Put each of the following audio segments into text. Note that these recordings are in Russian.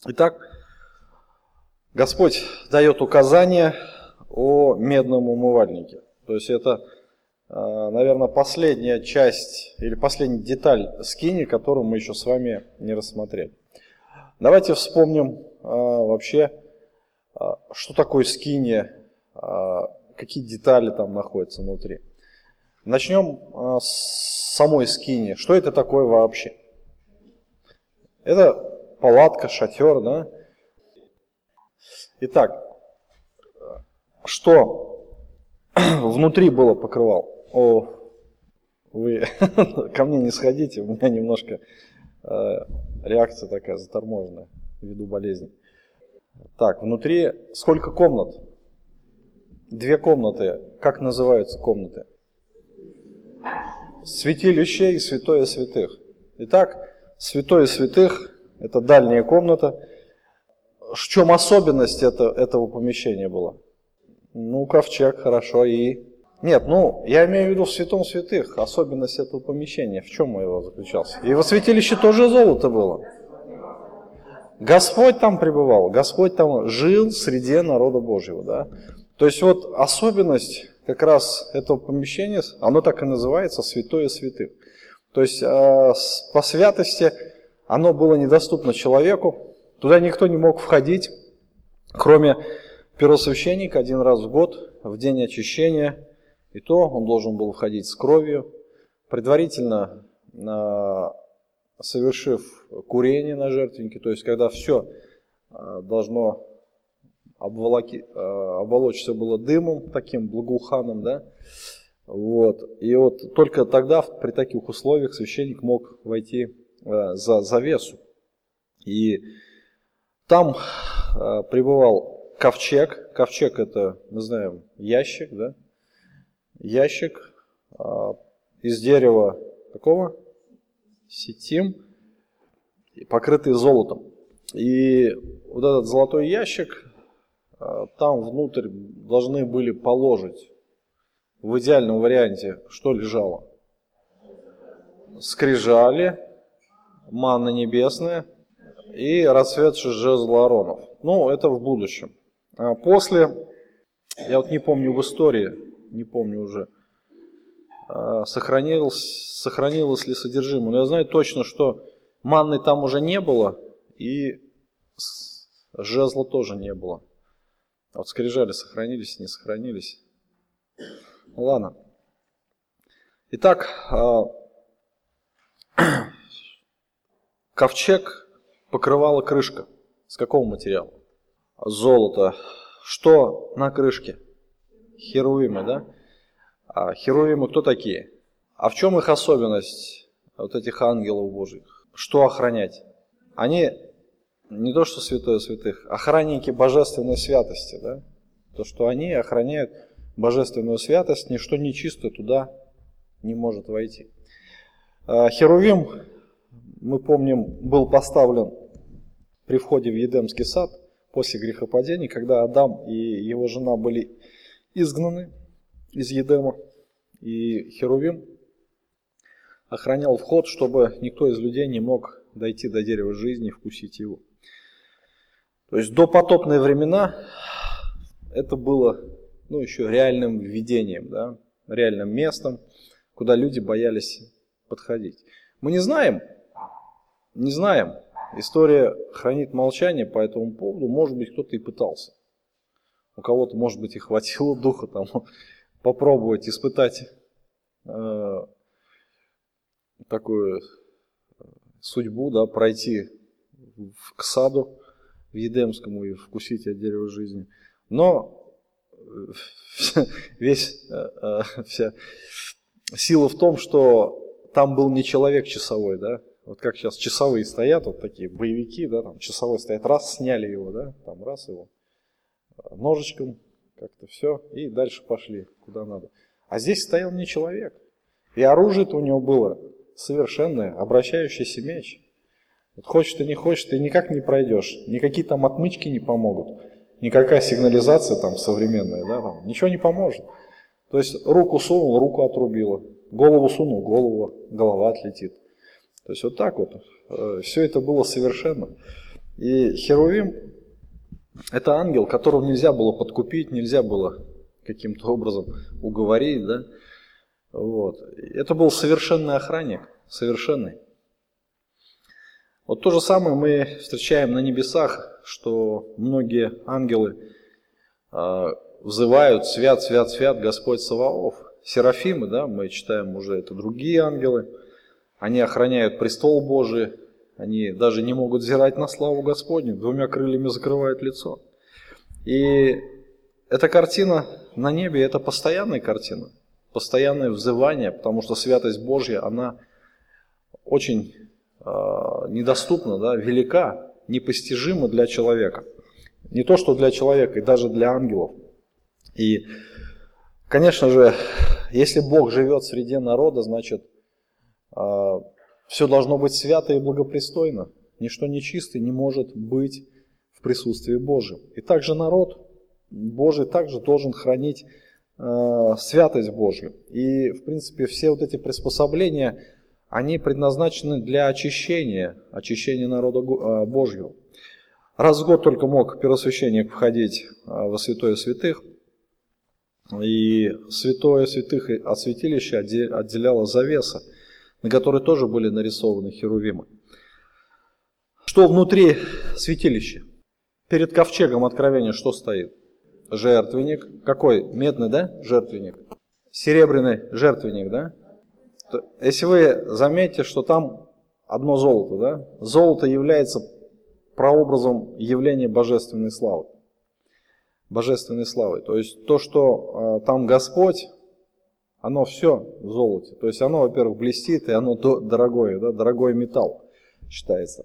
Итак, Господь дает указание о медном умывальнике. То есть это, наверное, последняя часть или последняя деталь скинии, которую мы еще с вами не рассмотрели. Давайте вспомним вообще, что такое скиния, какие детали там находятся внутри. Начнем с самой скинии. Что это такое вообще? Это палатка, шатер, да? Итак, что внутри было покрывал? Вы ко мне не сходите, у меня немножко реакция такая заторможенная ввиду болезни. Так, внутри сколько комнат? 2 комнаты. Как называются комнаты? Святилище и святое святых. Итак, святое святых – это дальняя комната. В чем особенность этого помещения была? Ковчег, хорошо, и... Нет, я имею в виду в святом святых, особенность этого помещения. В чем его заключался? И во святилище тоже золото было. Господь там пребывал, Господь там жил среди народа Божьего, да? То есть вот особенность как раз этого помещения, оно так и называется святое святых. То есть по святости оно было недоступно человеку, туда никто не мог входить, кроме первосвященника 1 раз в год, в день очищения, и то он должен был входить с кровью, предварительно совершив курение на жертвеннике, то есть когда все должно обволочься было дымом, таким благоуханом, да, вот, и вот только тогда при таких условиях священник мог войти за завесу, и там пребывал ковчег, ковчег это, мы знаем, ящик, да, ящик из дерева какого? Ситим, покрытый золотом. И вот этот золотой ящик, там внутрь должны были положить, в идеальном варианте, что лежало? Скрижали, манна небесная и расцветший жезл Ааронов. Это в будущем. А после, я вот не помню в истории, не помню уже, сохранилось ли содержимое. Но я знаю точно, что манны там уже не было, и жезла тоже не было. А вот скрижали сохранились, не сохранились. Ладно. Итак, ковчег покрывала крышка. С какого материала? Золото. Что на крышке? Херувимы, да? А херувимы кто такие? А в чем их особенность, вот этих ангелов Божьих? Что охранять? Они не то что святое святых, охранники божественной святости, да? То, что они охраняют божественную святость, ничто нечистое туда не может войти. Херувим, мы помним, был поставлен при входе в Едемский сад после грехопадения, когда Адам и его жена были изгнаны из Едема, и Херувим охранял вход, чтобы никто из людей не мог дойти до дерева жизни и вкусить его. То есть до потопные времена это было еще реальным видением, да, реальным местом, куда люди боялись подходить. Мы не знаем, история хранит молчание по этому поводу, может быть, кто-то и пытался. У кого-то, может быть, и хватило духа там попробовать испытать такую судьбу, да, пройти к саду в Едемскому и вкусить от дерева жизни. Но вся сила в том, что там был не человек часовой, да, вот как сейчас часовые стоят, вот такие боевики, да, там часовой стоят, раз сняли его, да, там раз его ножичком как-то все, и дальше пошли куда надо. А здесь стоял не человек, и оружие-то у него было совершенное, обращающийся меч. Вот хочешь ты не хочешь, ты никак не пройдешь, никакие там отмычки не помогут, никакая сигнализация там современная, да, там, ничего не поможет. То есть руку сунул, руку отрубило, голову сунул, голова отлетит. То есть вот так вот все это было совершенно. И Херувим – это ангел, которого нельзя было подкупить, нельзя было каким-то образом уговорить, да? Вот. Это был совершенный охранник, совершенный. Вот то же самое мы встречаем на небесах, что многие ангелы взывают: «Свят, свят, свят Господь Саваоф». Серафимы, да, мы читаем уже, это другие ангелы. Они охраняют престол Божий, они даже не могут взирать на славу Господню, двумя крыльями закрывают лицо. И эта картина на небе – это постоянная картина, постоянное взывание, потому что святость Божья, она очень недоступна, да, велика, непостижима для человека. Не то, что для человека, и даже для ангелов. И, конечно же, если Бог живет среди народа, значит, все должно быть свято и благопристойно. Ничто нечистое не может быть в присутствии Божьем. И также народ Божий также должен хранить святость Божью. И, в принципе, все вот эти приспособления, они предназначены для очищения народа Божьего. Раз в год только мог первосвященник входить во святое святых, и святое святых от святилища отделяла завеса, на которой тоже были нарисованы херувимы. Что внутри святилища? Перед ковчегом откровения что стоит? Жертвенник. Какой? Медный, да? Жертвенник. Серебряный жертвенник, да? Если вы заметите, что там одно золото, да? Золото является прообразом явления божественной славы. Божественной славы. То есть то, что там Господь, оно все в золоте. То есть оно, во-первых, блестит, и оно дорогое, да? Дорогой металл считается.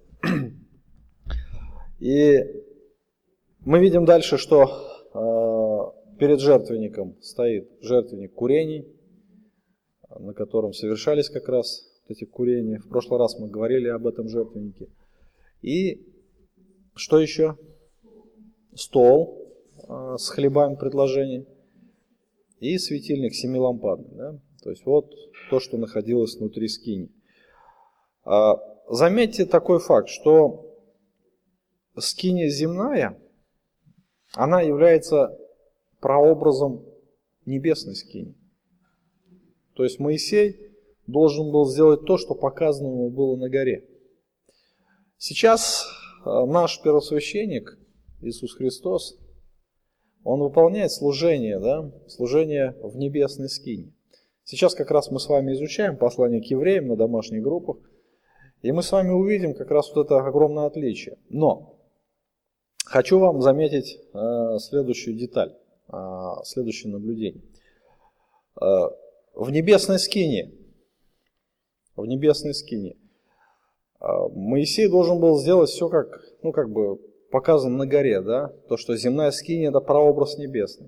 И мы видим дальше, что перед жертвенником стоит жертвенник курений, на котором совершались как раз эти курения. В прошлый раз мы говорили об этом жертвеннике. И что еще? Стол с хлебами предложений и светильник семилампадный. Да? То есть вот то, что находилось внутри скинии. Заметьте такой факт, что скиния земная, она является прообразом небесной скинии. То есть Моисей должен был сделать то, что показано ему было на горе. Сейчас наш первосвященник Иисус Христос, он выполняет служение, да, служение в небесной скинии. Сейчас как раз мы с вами изучаем послание к евреям на домашних группах, и мы с вами увидим как раз вот это огромное отличие. Но хочу вам заметить следующую деталь, следующее наблюдение. В небесной скинии Моисей должен был сделать все как бы показано на горе, да? То, что земная скиния – это прообраз небесный.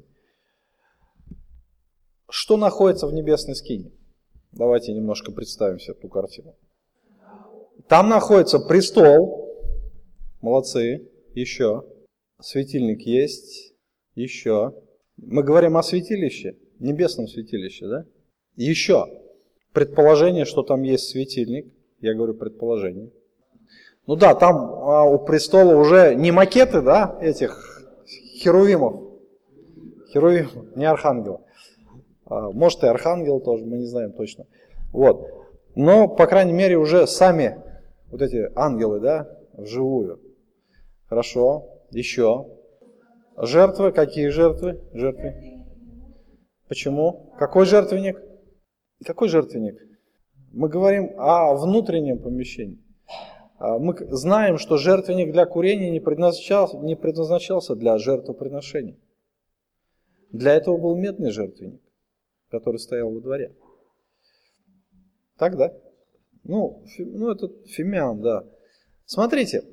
Что находится в небесной скинии? Давайте немножко представим себе эту картину. Там находится престол, молодцы, еще. Светильник есть, еще. Мы говорим о святилище, небесном святилище, да? Еще. Предположение, что там есть светильник. Я говорю предположение. Ну да, там у престола уже не макеты, да, этих херувимов. Херувимов, не архангела. Может и архангел тоже, мы не знаем точно. Вот. Но, по крайней мере, уже сами вот эти ангелы, да, вживую. Хорошо. Еще. Жертвы. Какие жертвы? Жертвы. Почему? Какой жертвенник? Какой жертвенник? Мы говорим о внутреннем помещении. Мы знаем, что жертвенник для курения не предназначался для жертвоприношений. Для этого был медный жертвенник, который стоял во дворе. Так, да? Это фимиам, да. Смотрите.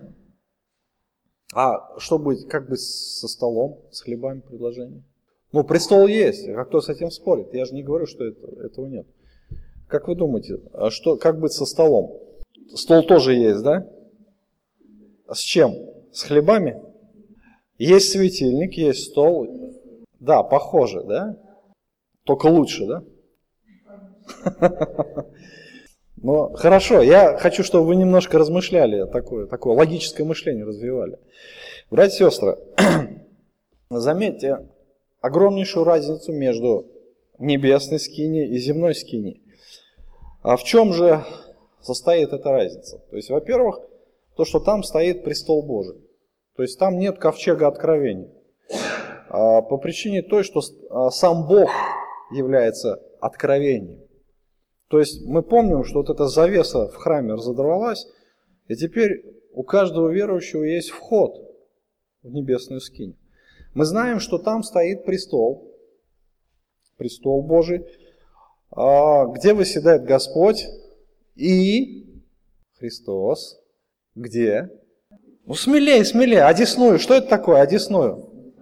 А что будет, как быть со столом, с хлебами предложений? Престол есть, а кто с этим спорит? Я же не говорю, что этого нет. Как вы думаете, как быть со столом? Стол тоже есть, да? С чем? С хлебами? Есть светильник, есть стол. Да, похоже, да? Только лучше, да? Но хорошо, я хочу, чтобы вы немножко размышляли, такое логическое мышление развивали. Братья и сестры, заметьте огромнейшую разницу между небесной скинией и земной скинией. А в чем же состоит эта разница? То есть, во-первых, то, что там стоит престол Божий. То есть там нет ковчега откровения. По причине той, что сам Бог является откровением. То есть мы помним, что вот эта завеса в храме разодралась, и теперь у каждого верующего есть вход в небесную скинию. Мы знаем, что там стоит престол Божий, где восседает Господь и Христос. Где? Ну смелее, одесную. Что это такое, одесную?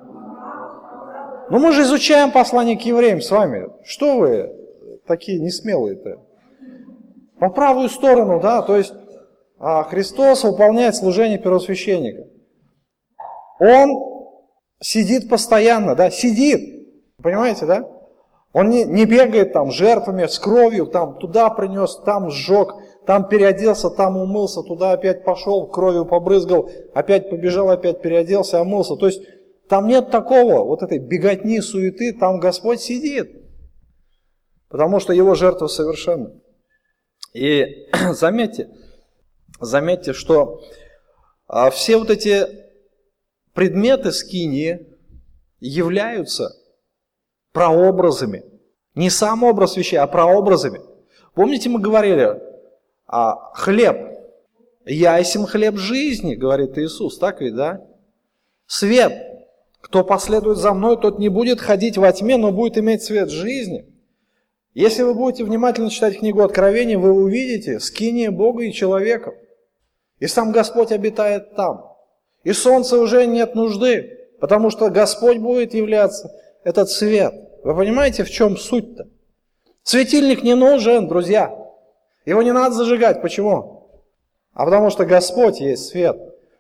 Ну мы же изучаем послание к евреям с вами. Что вы такие несмелые-то? По правую сторону, да, то есть Христос выполняет служение первосвященника. Он сидит постоянно, да, сидит, понимаете, да? Он не бегает там жертвами, с кровью, там туда принес, там сжег, там переоделся, там умылся, туда опять пошел, кровью побрызгал, опять побежал, опять переоделся, омылся. То есть там нет такого, вот этой беготни, суеты, там Господь сидит, потому что Его жертва совершенна. И заметьте, что все вот эти предметы скинии являются прообразами. Не сам образ вещей, а прообразами. Помните, мы говорили, хлеб. «Я есмь хлеб жизни», говорит Иисус, так ведь, да? Свет. Кто последует за мной, тот не будет ходить во тьме, но будет иметь свет жизни. Если вы будете внимательно читать книгу Откровения, вы увидите скиние Бога и человека. И сам Господь обитает там. И солнца уже нет нужды, потому что Господь будет являться этот свет. Вы понимаете, в чем суть-то? Светильник не нужен, друзья. Его не надо зажигать. Почему? Потому что Господь есть свет.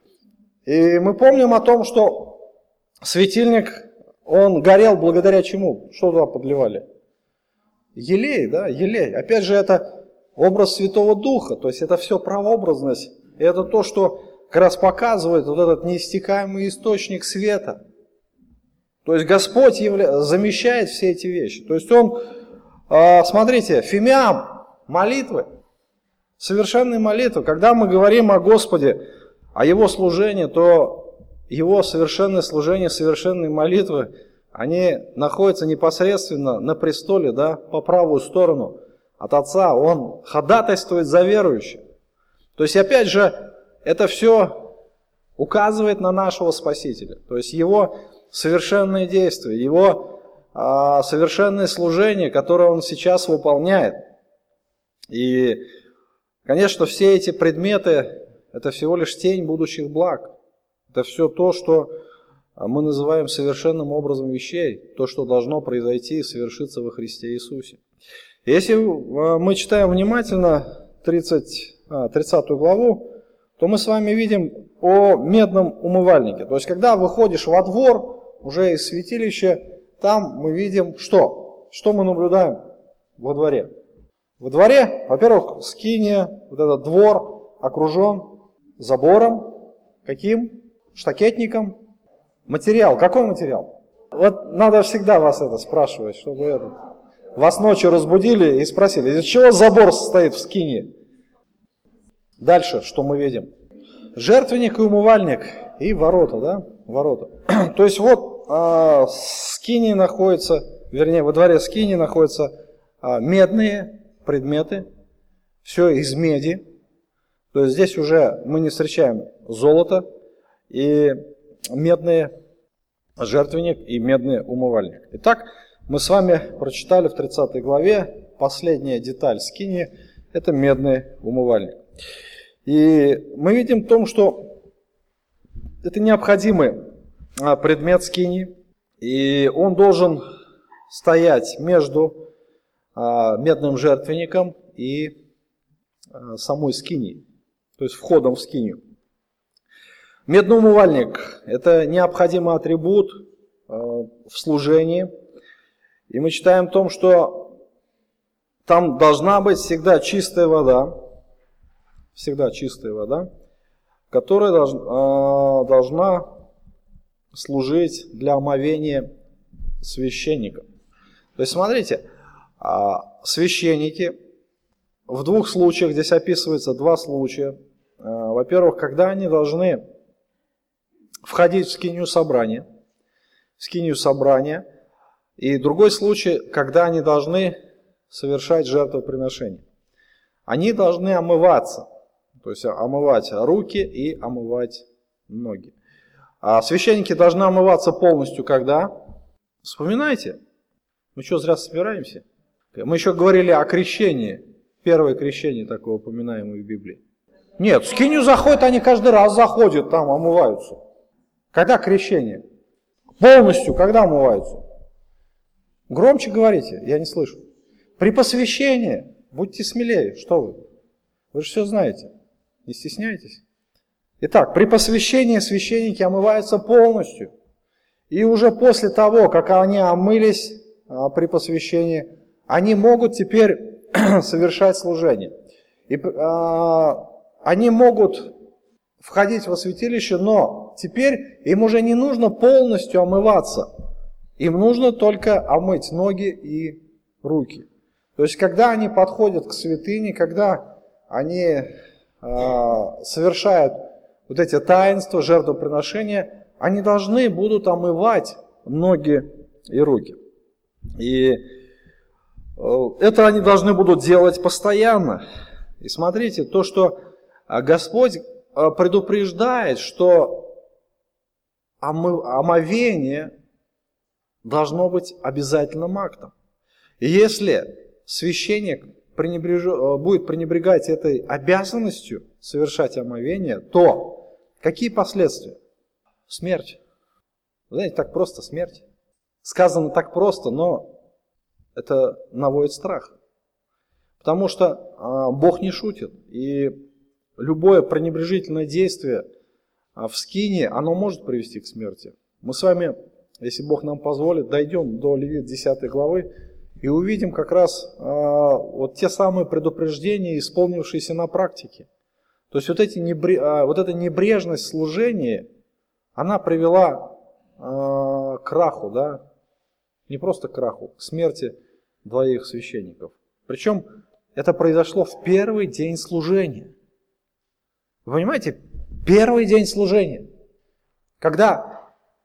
И мы помним о том, что светильник, он горел благодаря чему? Что туда подливали? Елей, да, елей. Опять же, это образ Святого Духа, то есть это все прообразность. И это то, что как раз показывает вот этот неиссякаемый источник света. То есть Господь замещает все эти вещи. То есть Он, смотрите, фимиам, молитвы, совершенные молитвы. Когда мы говорим о Господе, о Его служении, то Его совершенное служение, совершенные молитвы, они находятся непосредственно на престоле, да, по правую сторону от Отца. Он ходатайствует за верующих. То есть, опять же, это все указывает на нашего Спасителя. То есть, Его совершенные действия, Его совершенное служение, которое Он сейчас выполняет. И, конечно, все эти предметы, это всего лишь тень будущих благ. Это все то, что мы называем совершенным образом вещей, то, что должно произойти и совершиться во Христе Иисусе. Если мы читаем внимательно 30 главу, то мы с вами видим о медном умывальнике. То есть, когда выходишь во двор, уже из святилища, там мы видим что? Что мы наблюдаем во дворе? Во дворе, во-первых, скиния, вот этот двор окружен забором, каким? Штакетником. Материал. Какой материал? Вот надо всегда вас это спрашивать, чтобы вас ночью разбудили и спросили, из чего забор состоит в скинии? Дальше, что мы видим? Жертвенник и умывальник, и ворота, да? Ворота. То есть вот в скинии находятся, вернее, во дворе скинии находятся медные предметы, все из меди. То есть здесь уже мы не встречаем золото и медный жертвенник и медный умывальник. Итак, мы с вами прочитали в 30 главе последняя деталь скинии – это медный умывальник. И мы видим в том, что это необходимый предмет скинии, и он должен стоять между медным жертвенником и самой скинией, то есть входом в скинию. Медный умывальник – это необходимый атрибут в служении. И мы читаем о том, что там должна быть всегда чистая вода, которая должна служить для омовения священника. То есть, смотрите, священники, в двух случаях, здесь описывается два случая. Во-первых, когда они должны входить в скинию собрания, и другой случай, когда они должны совершать жертвоприношение. Они должны омываться, то есть омывать руки и омывать ноги. А священники должны омываться полностью когда? Вспоминайте, мы что, зря собираемся? Мы еще говорили о крещении, первое крещение такое упоминаемое в Библии. Нет, в скинию заходят, они каждый раз заходят, там омываются. Когда крещение? Полностью, когда омываются? Громче говорите, я не слышу. При посвящении, будьте смелее, что вы? Вы же все знаете, не стесняйтесь. Итак, при посвящении священники омываются полностью. И уже после того, как они омылись при посвящении, они могут теперь совершать служение. И они могут входить во святилище, но теперь им уже не нужно полностью омываться. Им нужно только омыть ноги и руки. То есть, когда они подходят к святыне, когда они совершают вот эти таинства, жертвоприношения, они должны будут омывать ноги и руки. И это они должны будут делать постоянно. И смотрите, то, что Господь предупреждает, что омовение должно быть обязательным актом. И если священник будет пренебрегать этой обязанностью совершать омовение, то какие последствия? Смерть. Вы знаете, так просто смерть. Сказано так просто, но это наводит страх. Потому что Бог не шутит. И любое пренебрежительное действие в скинии, оно может привести к смерти. Мы с вами, если Бог нам позволит, дойдем до Левит 10 главы и увидим как раз вот те самые предупреждения, исполнившиеся на практике. То есть вот эта небрежность в служении, она привела к краху, да? Не просто к краху, к смерти двоих священников. Причем это произошло в первый день служения. Вы понимаете, первый день служения, когда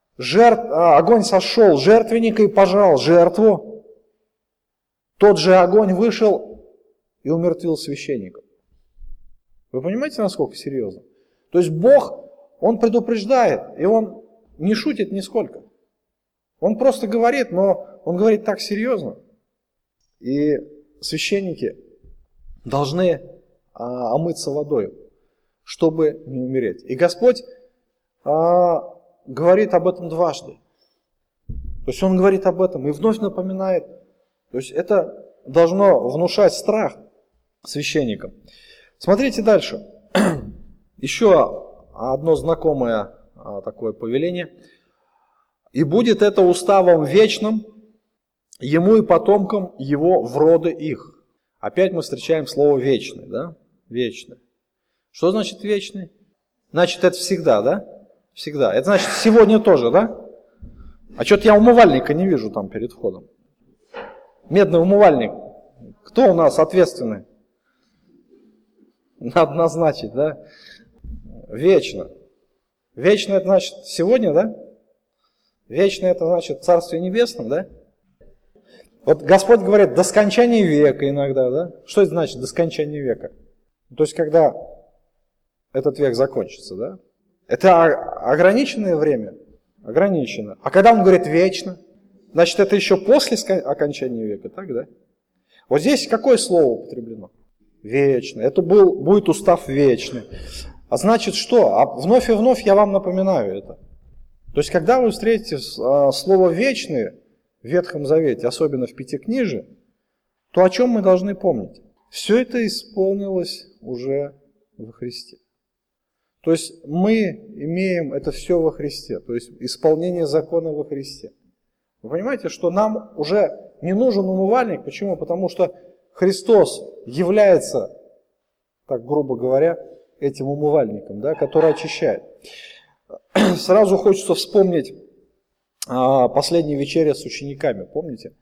огонь сошел жертвенника и пожрал жертву, тот же огонь вышел и умертвил священника. Вы понимаете, насколько серьезно? То есть Бог, Он предупреждает, и Он не шутит нисколько. Он просто говорит, но Он говорит так серьезно. И священники должны омыться водой, чтобы не умереть. И Господь говорит об этом дважды. То есть Он говорит об этом и вновь напоминает. То есть это должно внушать страх священникам. Смотрите дальше. Еще одно знакомое такое повеление. «И будет это уставом вечным, ему и потомкам его в роды их». Опять мы встречаем слово «вечный», да? Вечный. Что значит вечный? Значит, это всегда, да? Всегда. Это значит, сегодня тоже, да? А что-то я умывальника не вижу там перед входом. Медный умывальник. Кто у нас ответственный? Надо назначить, да? Вечно. Вечно это значит сегодня, да? Вечно это значит в Царстве Небесном, да? Вот Господь говорит до скончания века иногда, да? Что это значит до скончания века? То есть когда этот век закончится, да? Это ограниченное время? Ограничено. А когда Он говорит вечно? Значит, это еще после окончания века, так, да? Вот здесь какое слово употреблено? Вечно. Это будет устав вечный. А значит что? А вновь и вновь я вам напоминаю это. То есть, когда вы встретите слово «вечное» в Ветхом Завете, особенно в Пятикнижии, то о чем мы должны помнить? Все это исполнилось уже во Христе. То есть, мы имеем это все во Христе, то есть, исполнение закона во Христе. Вы понимаете, что нам уже не нужен умывальник. Почему? Потому что Христос является, так грубо говоря, этим умывальником, да, который очищает. Сразу хочется вспомнить последнюю вечерю с учениками, помните?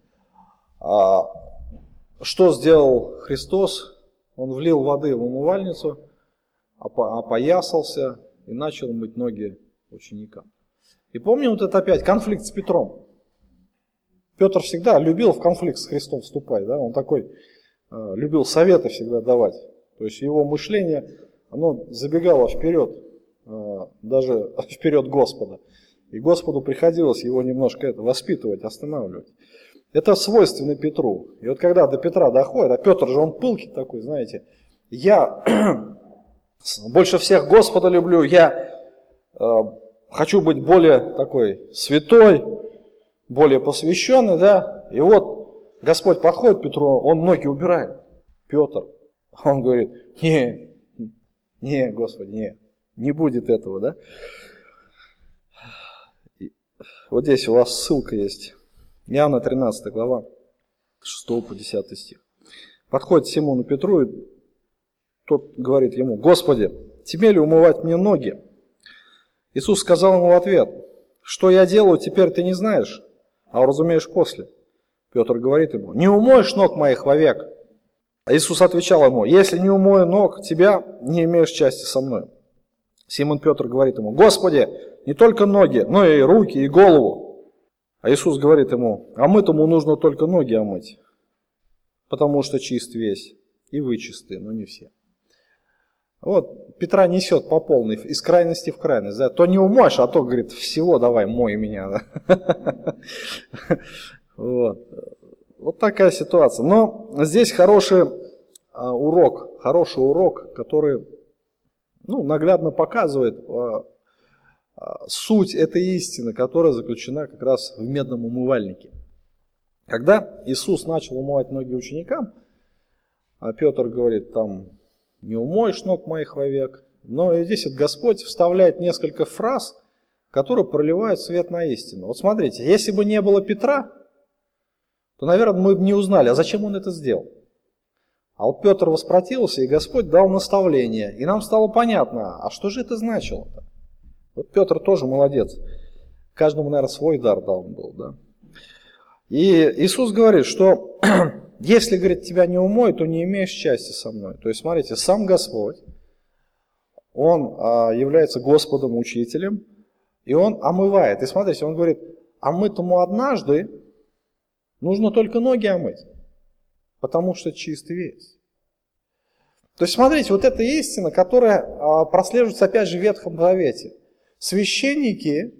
Что сделал Христос? Он влил воды в умывальницу, опоясался и начал мыть ноги ученикам. И помним вот это опять конфликт с Петром. Петр всегда любил в конфликт с Христом вступать, да? Он такой любил советы всегда давать. То есть его мышление, оно забегало вперед, даже вперед Господа. И Господу приходилось его немножко воспитывать, останавливать. Это свойственно Петру. И вот когда до Петра доходит, а Петр же он пылкий такой, знаете, я больше всех Господа люблю, я хочу быть более такой святой, более посвященный, да, и вот Господь подходит к Петру, он ноги убирает. Петр, он говорит, не, Господи, не будет этого, да. Вот здесь у вас ссылка есть. Иоанна 13 глава, 6 по 10 стих. Подходит к Симону Петру, и тот говорит ему, Господи, тебе ли умывать мне ноги? Иисус сказал ему в ответ, что я делаю, теперь ты не знаешь, а уразумеешь после. Петр говорит ему, не умоешь ног моих вовек. А Иисус отвечал ему, если не умою ног тебя, не имеешь части со мной. Симон Петр говорит ему, Господи, не только ноги, но и руки, и голову. А Иисус говорит ему, а мытому нужно только ноги омыть, потому что чист весь, и вы чисты, но не все. Вот Петра несет по полной, из крайности в крайность. Да? То не умоешь, а то, говорит, всего давай, мой меня. Вот такая ситуация. Но здесь хороший урок, который наглядно показывает суть этой истины, которая заключена как раз в медном умывальнике. Когда Иисус начал умывать ноги ученикам, а Петр говорит, там, не умоешь ног моих вовек. Но и здесь Господь вставляет несколько фраз, которые проливают свет на истину. Вот смотрите, если бы не было Петра, то, наверное, мы бы не узнали, а зачем он это сделал. А вот Петр воспротивился, и Господь дал наставление. И нам стало понятно, а что же это значило-то? Вот Петр тоже молодец. Каждому, наверное, свой дар дал он был, да. И Иисус говорит, что если, говорит, тебя не умоют, то не имеешь счастья со мной. То есть, смотрите, сам Господь, Он является Господом, учителем, и Он омывает. И смотрите, Он говорит, омытому однажды нужно только ноги омыть, потому что чист весь. То есть, смотрите, вот эта истина, которая прослеживается опять же в Ветхом Завете. Священники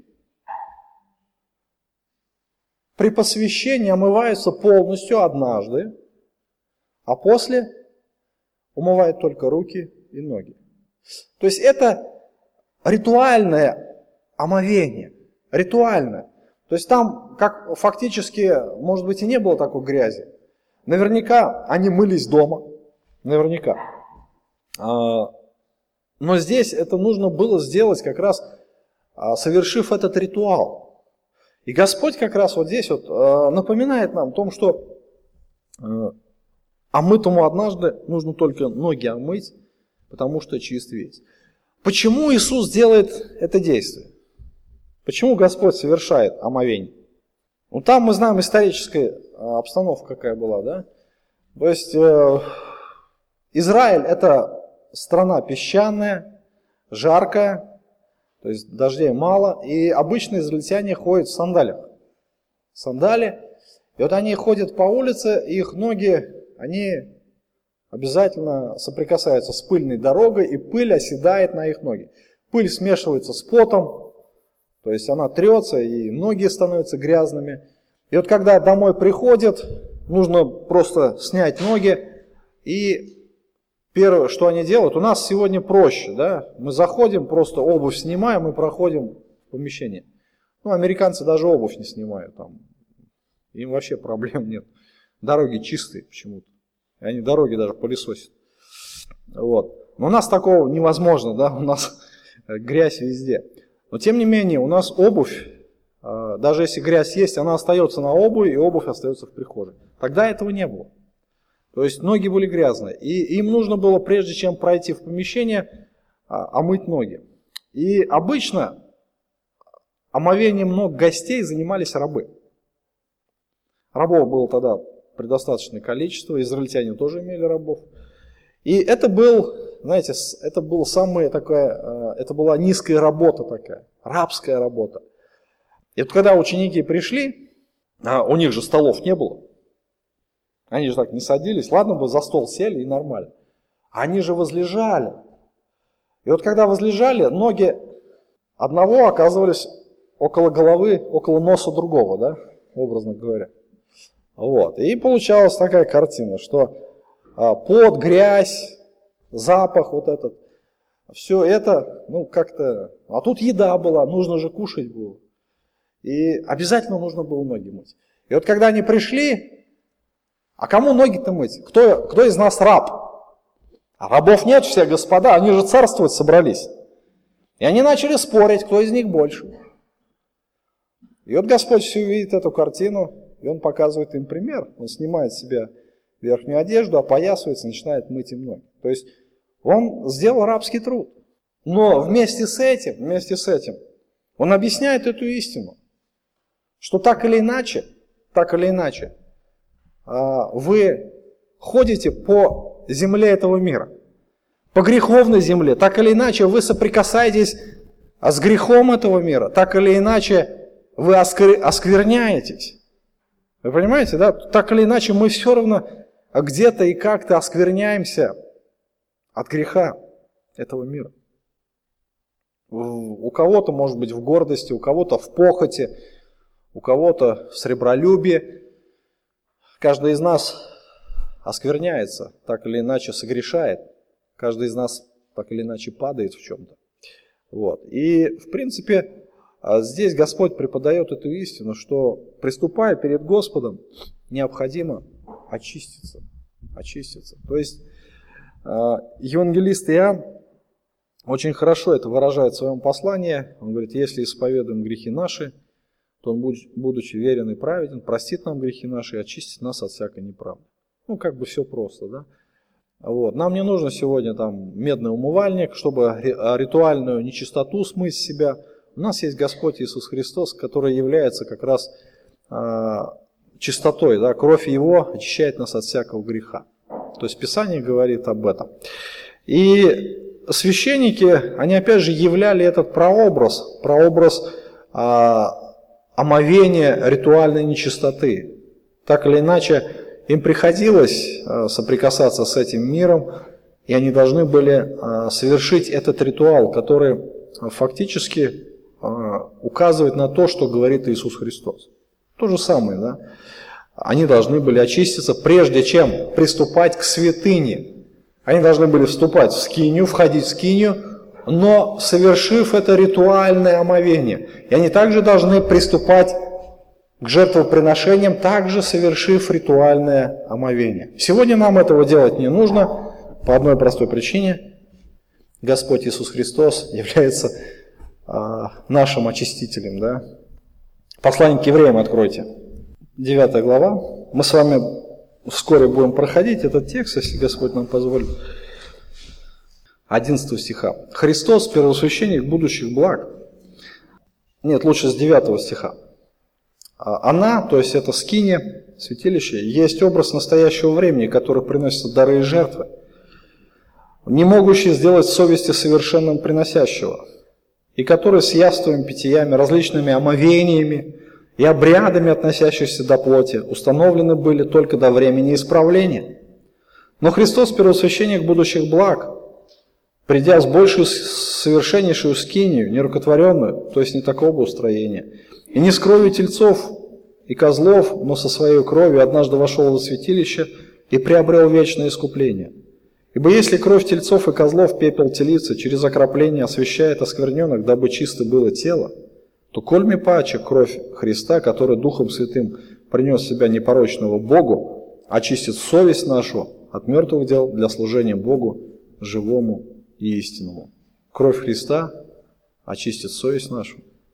при посвящении омываются полностью однажды, а после умывают только руки и ноги. То есть это ритуальное омовение, ритуальное. То есть там, как фактически, может быть, и не было такой грязи. Наверняка они мылись дома, наверняка. Но здесь это нужно было сделать как раз, совершив этот ритуал. И Господь как раз вот здесь вот напоминает нам о том, что омытому однажды нужно только ноги омыть, потому что чист весь. Почему Иисус делает это действие? Почему Господь совершает омовение? Ну там мы знаем историческая обстановка какая была, да? То есть Израиль это страна песчаная, жаркая, то есть дождей мало, и обычно израильтяне ходят в сандалиях. Сандали, и вот они ходят по улице, и их ноги, они обязательно соприкасаются с пыльной дорогой, и пыль оседает на их ноги. Пыль смешивается с потом, то есть она трется, и ноги становятся грязными. И вот когда домой приходят, нужно просто снять ноги, и первое, что они делают, у нас сегодня проще, да, мы заходим, просто обувь снимаем и проходим в помещение. Ну, американцы даже обувь не снимают, там, им вообще проблем нет. Дороги чистые почему-то, и они дороги даже пылесосят. Вот. Но у нас такого невозможно, да, у нас грязь везде. Но тем не менее, у нас обувь, даже если грязь есть, она остается на обуви, и обувь остается в прихожей. Тогда этого не было. То есть ноги были грязные. И им нужно было, прежде чем пройти в помещение, омыть ноги. И обычно омовением ног гостей занимались рабы. Рабов было тогда предостаточное количество, израильтяне тоже имели рабов. И это был, знаете, это была низкая работа такая, рабская работа. И вот когда ученики пришли, у них же столов не было. Они же так не садились, ладно бы за стол сели и нормально. Они же возлежали. И вот когда возлежали, ноги одного оказывались около головы, около носа другого, да, образно говоря. Вот. И получалась такая картина, что пот, грязь, запах вот этот, все это, как-то... А тут еда была, нужно же кушать было. И обязательно нужно было ноги мыть. И вот когда они пришли, а кому ноги-то мыть? Кто из нас раб? А рабов нет, все господа, они же царствовать собрались. И они начали спорить, кто из них больше. И вот Господь все видит эту картину, и Он показывает им пример. Он снимает с себя верхнюю одежду, опоясывается, начинает мыть им ноги. То есть Он сделал рабский труд. Но вместе с этим, Он объясняет эту истину, что так или иначе, вы ходите по земле этого мира, по греховной земле, так или иначе вы соприкасаетесь с грехом этого мира, так или иначе вы оскверняетесь. Вы понимаете, да? Так или иначе мы все равно где-то и как-то оскверняемся от греха этого мира. У кого-то, может быть, в гордости, у кого-то в похоти, у кого-то в сребролюбии. Каждый из нас оскверняется, так или иначе согрешает. Каждый из нас так или иначе падает в чем-то. Вот. И, в принципе, здесь Господь преподает эту истину, что, приступая перед Господом, необходимо очиститься. То есть, евангелист Иоанн очень хорошо это выражает в своем послании. Он говорит, если исповедуем грехи наши, то Он, будучи верен и праведен, простит нам грехи наши и очистит нас от всякой неправды. Как бы все просто, да? Вот. Нам не нужно сегодня там медный умывальник, чтобы ритуальную нечистоту смыть с себя. У нас есть Господь Иисус Христос, который является как раз чистотой, да? Кровь Его очищает нас от всякого греха. То есть Писание говорит об этом. И священники, они опять же являли этот прообраз омовения ритуальной нечистоты. Так или иначе, им приходилось соприкасаться с этим миром, и они должны были совершить этот ритуал, который фактически указывает на то, что говорит Иисус Христос. То же самое, да? Они должны были очиститься, прежде чем приступать к святыне. Они должны были вступать в скинию, входить в скинию, но совершив это ритуальное омовение. И они также должны приступать к жертвоприношениям, также совершив ритуальное омовение. Сегодня нам этого делать не нужно по одной простой причине. Господь Иисус Христос является нашим очистителем. Да? Послание к евреям откройте. 9 глава. Мы с вами вскоре будем проходить этот текст, если Господь нам позволит. 11 стиха. Христос, первосвященник будущих благ. Нет, лучше с 9 стиха. Она, то есть это скиния, святилище, есть образ настоящего времени, который приносит дары и жертвы, не могущий сделать совести совершенным приносящего, и который с явствами, питьями, различными омовениями и обрядами, относящихся до плоти, установлены были только до времени исправления. Но Христос, первосвященник будущих благ, придя с большей совершеннейшую скинию, нерукотворенную, то есть не такого устроения, и не с кровью тельцов и козлов, но со своей кровью однажды вошел во святилище и приобрел вечное искупление. Ибо если кровь тельцов и козлов, пепел телицы, через окропление освящает оскверненных, дабы чисто было тело, то кольми паче кровь Христа, который Духом Святым принес себя непорочного Богу, очистит совесть нашу от мертвых дел для служения Богу, живому и истинному. Кровь Христа очистит совесть нашу.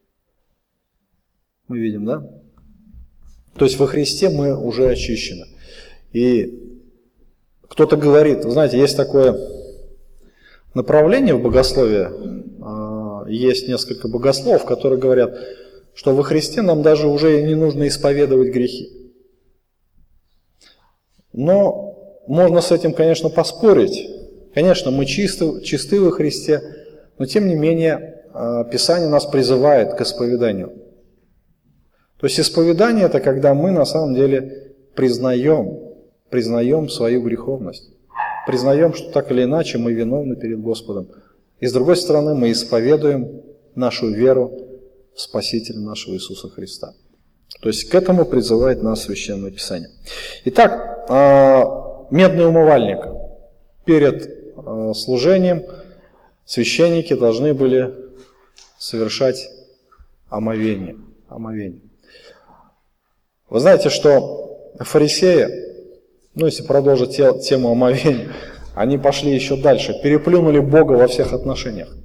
Мы видим, да? То есть во Христе мы уже очищены. И Кто-то говорит, знаете, есть такое направление в богословии, есть несколько богословов, которые говорят, что во Христе нам даже уже не нужно исповедовать грехи. Но можно с этим, конечно, поспорить. Конечно, мы чисты во Христе, но тем не менее Писание нас призывает к исповеданию. То есть исповедание – это когда мы на самом деле признаем свою греховность, признаем, что так или иначе мы виновны перед Господом. И с другой стороны, мы исповедуем нашу веру в Спасителя нашего Иисуса Христа. То есть к этому призывает нас Священное Писание. Итак, медный умывальник. Перед служением священники должны были совершать омовение. Вы знаете, что фарисеи, если продолжить тему омовения, они пошли еще дальше, переплюнули Бога во всех отношениях.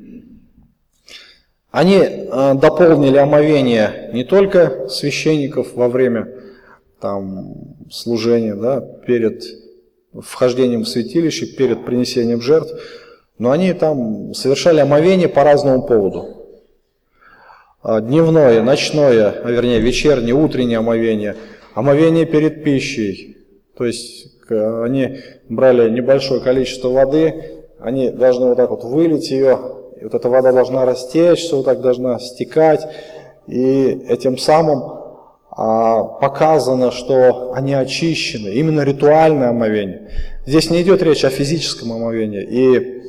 Они дополнили омовение не только священников во время служения, перед вхождением в святилище, перед принесением жертв, но они там совершали омовение по разному поводу. Дневное, ночное, вечернее, утреннее омовение, омовение перед пищей. То есть они брали небольшое количество воды, они должны вот так вот вылить ее, и вот эта вода должна растечься, вот так должна стекать, и этим самым показано, что они очищены, именно ритуальное омовение. Здесь не идет речь о физическом омовении. И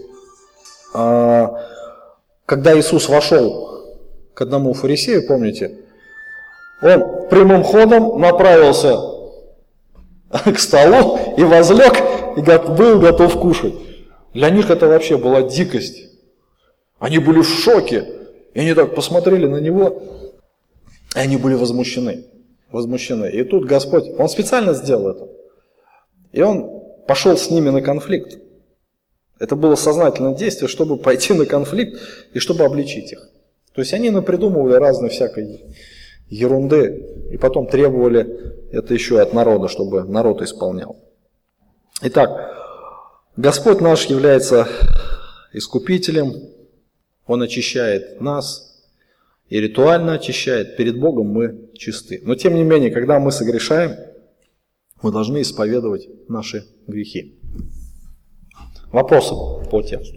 когда Иисус вошел к одному фарисею, помните, он прямым ходом направился к столу и возлег, и был готов кушать. Для них это вообще была дикость. Они были в шоке. И они так посмотрели на него, и они были возмущены. И тут Господь, Он специально сделал это. И Он пошел с ними на конфликт. Это было сознательное действие, чтобы пойти на конфликт и чтобы обличить их. То есть они напридумывали разной всякой ерунды, и потом требовали это еще от народа, чтобы народ исполнял. Итак, Господь наш является искупителем, Он очищает нас и ритуально очищает. Перед Богом мы чисты. Но тем не менее, когда мы согрешаем, мы должны исповедовать наши грехи. Вопросы по тексту?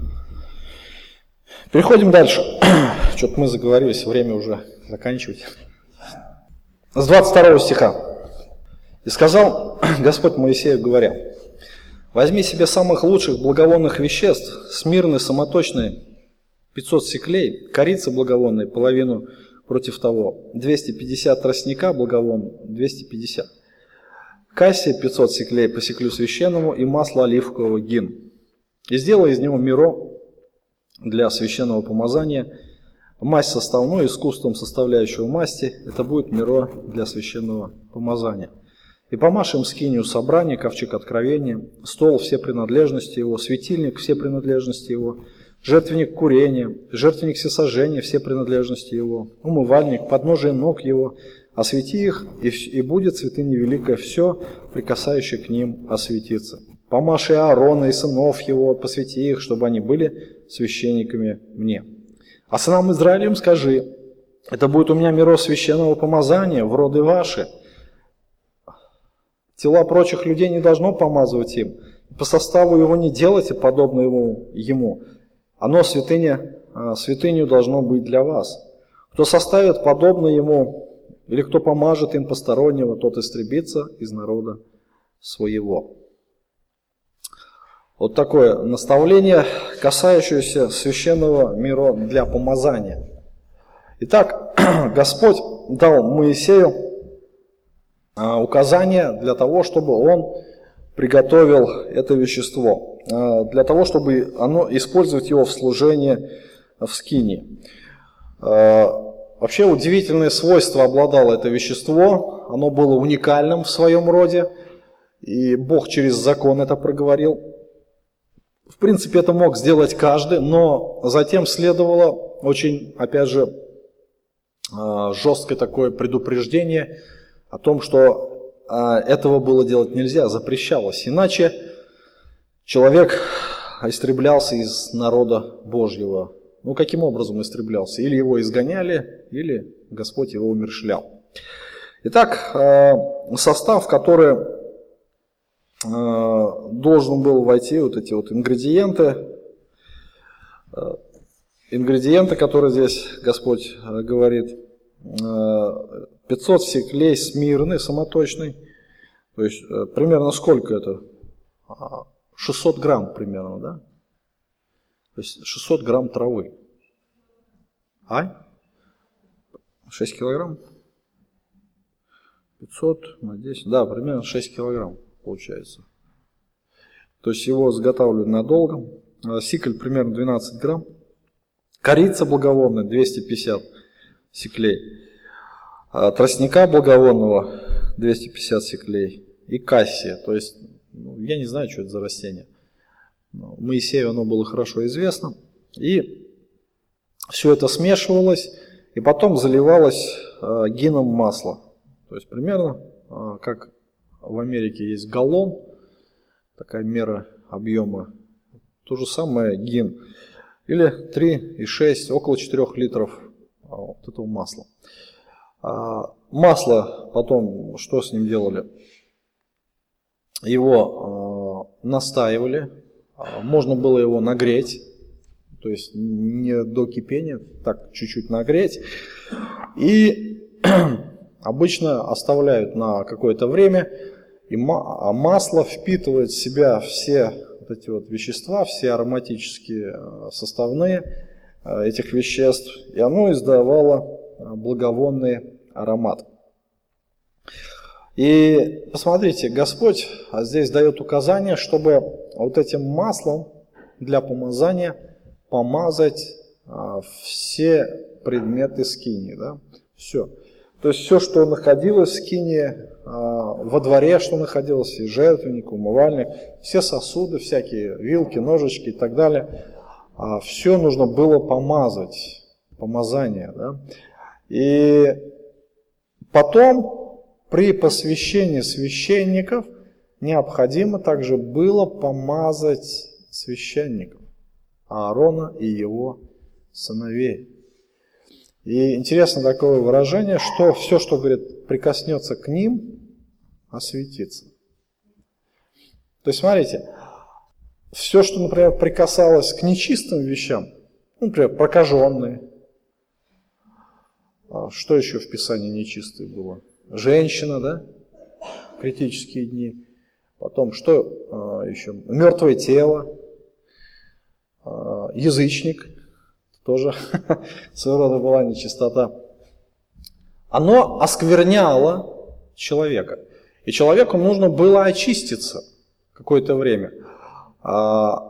Переходим дальше. Что-то мы заговорились, время уже заканчивать. С 22 стиха. «И сказал Господь Моисею, говоря: возьми себе самых лучших благовонных веществ, смирны, самоточные, 500 сиклей, корицы благовонной, половину против того, 250 тростника благовон, 250. Кассия 500 сиклей по сиклю священному и масло оливкового гин. И сделай из него миро для священного помазания, мазь составную искусством составляющего масти, это будет миро для священного помазания. И помажь им скинию собрания, ковчег откровения, стол, все принадлежности его, светильник, все принадлежности его, жертвенник курения, жертвенник всесожжения, все принадлежности его, умывальник, подножие ног его, освети их, и будет святыня великая все, прикасающее к ним, осветится. Помажь и Аарона, и сынов его, посвяти их, чтобы они были священниками мне. А сынам Израилевым скажи: это будет у меня миро священного помазания в роды ваши. Тела прочих людей не должно помазывать им. По составу его не делайте подобно ему. Оно святынью должно быть для вас. Кто составит подобно ему, или кто помажет им постороннего, тот истребится из народа своего». Вот такое наставление, касающееся священного мира для помазания. Итак, Господь дал Моисею указание для того, чтобы он приготовил это вещество, для того, чтобы использовать его в служении в скинии. Вообще удивительные свойства обладало это вещество, оно было уникальным в своем роде, и Бог через закон это проговорил. В принципе, это мог сделать каждый, но затем следовало очень, опять же, жесткое такое предупреждение о том, что этого было делать нельзя, запрещалось. Иначе человек истреблялся из народа Божьего. Ну, каким образом истреблялся? Или его изгоняли, или Господь его умерщвлял. Итак, состав, в который должен был войти вот эти вот ингредиенты, которые здесь Господь говорит, 500 сиклей смирны, самоточный, то есть примерно сколько это? 600 грамм примерно, да? То есть 600 грамм травы. 6 килограмм? 500 на 10, да, примерно 6 килограмм получается. То есть его изготавливают надолго. Сикль примерно 12 грамм. Корица благовонная 250 сиклей. Тростника благовонного 250 сиклей. И кассия, то есть, я не знаю, что это за растение. Моисею оно было хорошо известно. И все это смешивалось, и потом заливалось гином масло. То есть примерно как в Америке есть галлон, такая мера объема. То же самое гин. Или 3,6, около 4 литров вот этого масла. Масло потом, что с ним делали? Его настаивали, можно было его нагреть, то есть не до кипения, так чуть-чуть нагреть. И обычно оставляют на какое-то время, и масло впитывает в себя все вот эти вот вещества, все ароматические составные этих веществ, и оно издавало благовонный аромат. И посмотрите, Господь здесь дает указание, чтобы вот этим маслом для помазания помазать все предметы скинии. Да? Все. То есть все, что находилось в скинии, во дворе, что находилось, и жертвенник, умывальник, все сосуды, всякие вилки, ножички и так далее, все нужно было помазать, помазание. Да? И потом при посвящении священников необходимо также было помазать священников, Аарона и его сыновей. И интересно такое выражение, что все, что, говорит, прикоснется к ним, осветится. То есть, смотрите, все, что, например, прикасалось к нечистым вещам, например, прокаженные, что еще в Писании нечистое было? Женщина, да? Критические дни. Потом, что еще? Мертвое тело, язычник, тоже своего рода была нечистота. Оно оскверняло человека. И человеку нужно было очиститься какое-то время.